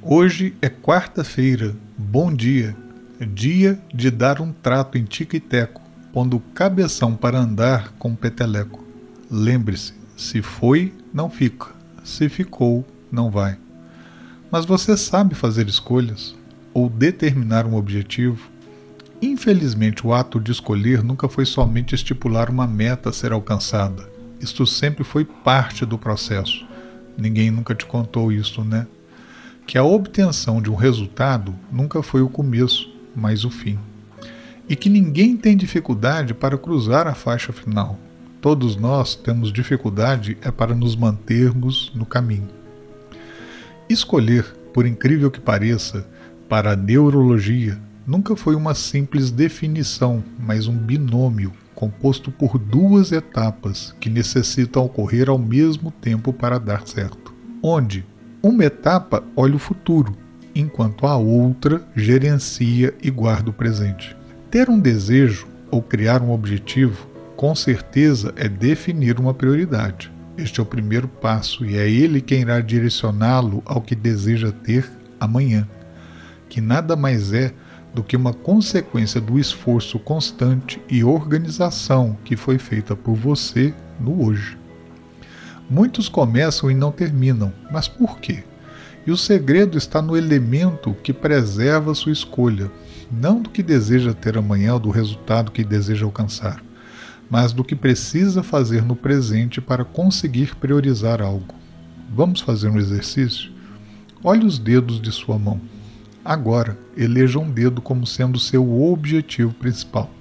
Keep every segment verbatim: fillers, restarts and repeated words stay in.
Hoje é quarta-feira, bom dia, é dia de dar um trato em tico e teco, pondo o cabeção para andar com o peteleco. Lembre-se, se foi, não fica, se ficou, não vai. Mas você sabe fazer escolhas ou determinar um objetivo? Infelizmente, o ato de escolher nunca foi somente estipular uma meta a ser alcançada. Isto sempre foi parte do processo. Ninguém nunca te contou isso, né? Que a obtenção de um resultado nunca foi o começo, mas o fim. E que ninguém tem dificuldade para cruzar a faixa final. Todos nós temos dificuldade é para nos mantermos no caminho. Escolher, por incrível que pareça, para a neurologia, nunca foi uma simples definição, mas um binômio composto por duas etapas que necessitam ocorrer ao mesmo tempo para dar certo. Onde uma etapa olha o futuro, enquanto a outra gerencia e guarda o presente. Ter um desejo ou criar um objetivo, com certeza, é definir uma prioridade. Este é o primeiro passo e é ele quem irá direcioná-lo ao que deseja ter amanhã, que nada mais é do que uma consequência do esforço constante e organização que foi feita por você no hoje. Muitos começam e não terminam, mas por quê? E o segredo está no elemento que preserva sua escolha, não do que deseja ter amanhã ou do resultado que deseja alcançar, mas do que precisa fazer no presente para conseguir priorizar algo. Vamos fazer um exercício? Olhe os dedos de sua mão. Agora, eleja um dedo como sendo seu objetivo principal.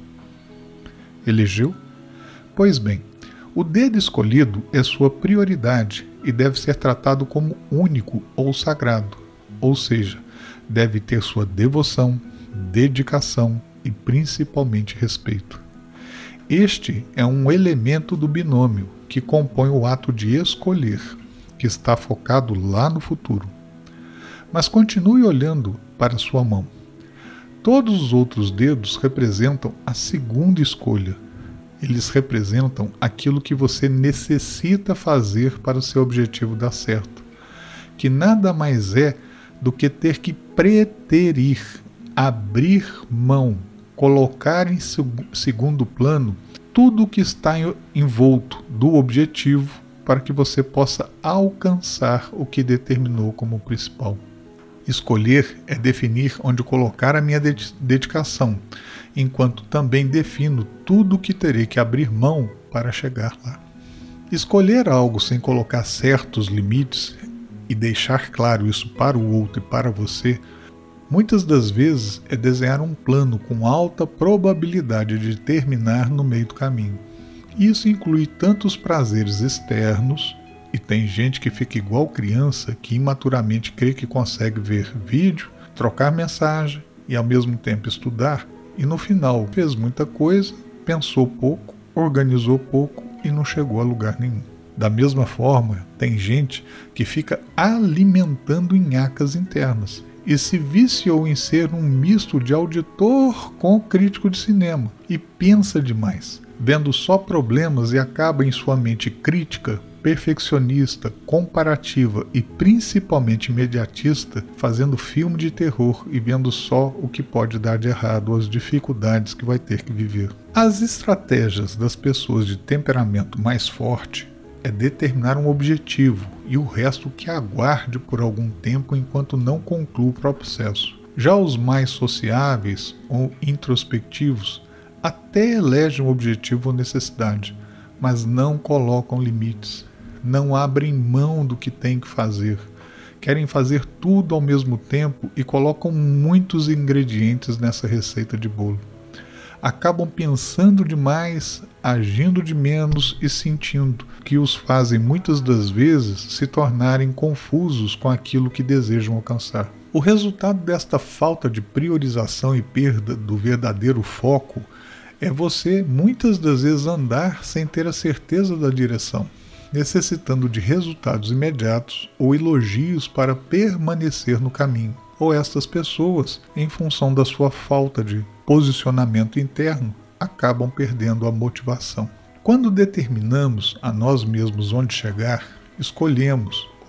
Elegeu? Pois bem, o dedo escolhido é sua prioridade e deve ser tratado como único ou sagrado, ou seja, deve ter sua devoção, dedicação e principalmente respeito. Este é um elemento do binômio que compõe o ato de escolher, que está focado lá no futuro. Mas continue olhando para sua mão. Todos os outros dedos representam a segunda escolha. Eles representam aquilo que você necessita fazer para o seu objetivo dar certo, que nada mais é do que ter que preterir, abrir mão, colocar em segundo plano tudo o que está envolto do objetivo para que você possa alcançar o que determinou como principal. Escolher é definir onde colocar a minha dedicação, enquanto também defino tudo o que terei que abrir mão para chegar lá. Escolher algo sem colocar certos limites e deixar claro isso para o outro e para você, muitas das vezes é desenhar um plano com alta probabilidade de terminar no meio do caminho. Isso inclui tanto os prazeres externos, e tem gente que fica igual criança que imaturamente crê que consegue ver vídeo, trocar mensagem e ao mesmo tempo estudar, e no final fez muita coisa, pensou pouco, organizou pouco e não chegou a lugar nenhum. Da mesma forma, tem gente que fica alimentando nhacas internas e se viciou em ser um misto de auditor com crítico de cinema e pensa demais, vendo só problemas e acaba em sua mente crítica, perfeccionista, comparativa e principalmente imediatista, fazendo filme de terror e vendo só o que pode dar de errado, as dificuldades que vai ter que viver. As estratégias das pessoas de temperamento mais forte é determinar um objetivo e o resto que aguarde por algum tempo enquanto não conclua o processo. Já os mais sociáveis ou introspectivos até elegem um objetivo ou necessidade, mas não colocam limites, não abrem mão do que têm que fazer, querem fazer tudo ao mesmo tempo e colocam muitos ingredientes nessa receita de bolo. Acabam pensando demais, agindo de menos e sentindo, que os fazem muitas das vezes se tornarem confusos com aquilo que desejam alcançar. O resultado desta falta de priorização e perda do verdadeiro foco é você muitas das vezes andar sem ter a certeza da direção, necessitando de resultados imediatos ou elogios para permanecer no caminho. Ou estas pessoas, em função da sua falta de posicionamento interno, acabam perdendo a motivação. Quando determinamos a nós mesmos onde chegar, escolhemos, ou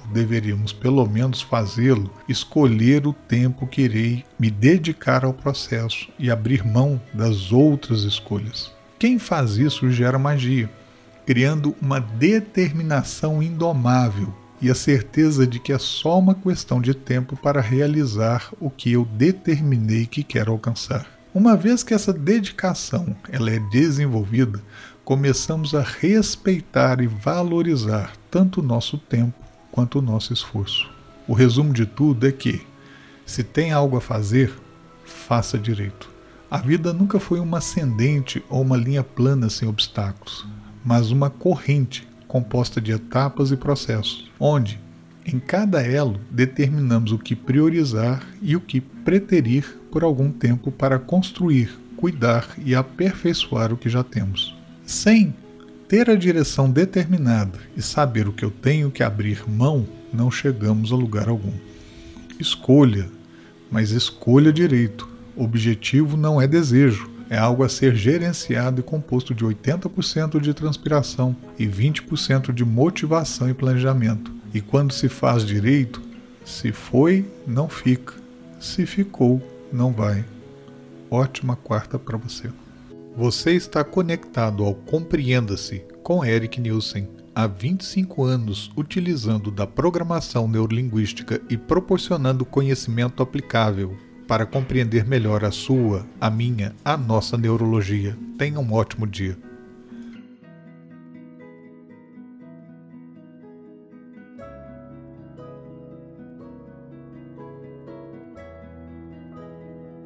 deveríamos pelo menos fazê-lo, escolher o tempo que irei me dedicar ao processo e abrir mão das outras escolhas. Quem faz isso gera magia, criando uma determinação indomável e a certeza de que é só uma questão de tempo para realizar o que eu determinei que quero alcançar. Uma vez que essa dedicação ela é desenvolvida, começamos a respeitar e valorizar tanto o nosso tempo quanto o nosso esforço. O resumo de tudo é que, se tem algo a fazer, faça direito. A vida nunca foi uma ascendente ou uma linha plana sem obstáculos, mas uma corrente composta de etapas e processos, onde, em cada elo, determinamos o que priorizar e o que preterir por algum tempo para construir, cuidar e aperfeiçoar o que já temos. Sem ter a direção determinada e saber o que eu tenho que abrir mão, não chegamos a lugar algum. Escolha, mas escolha direito. Objetivo não é desejo, é algo a ser gerenciado e composto de oitenta por cento de transpiração e vinte por cento de motivação e planejamento. E quando se faz direito, se foi, não fica. Se ficou, não vai. Ótima quarta para você. Você está conectado ao Compreenda-se com Eric Nielsen há vinte e cinco anos, utilizando da programação neurolinguística e proporcionando conhecimento aplicável para compreender melhor a sua, a minha, a nossa neurologia. Tenha um ótimo dia.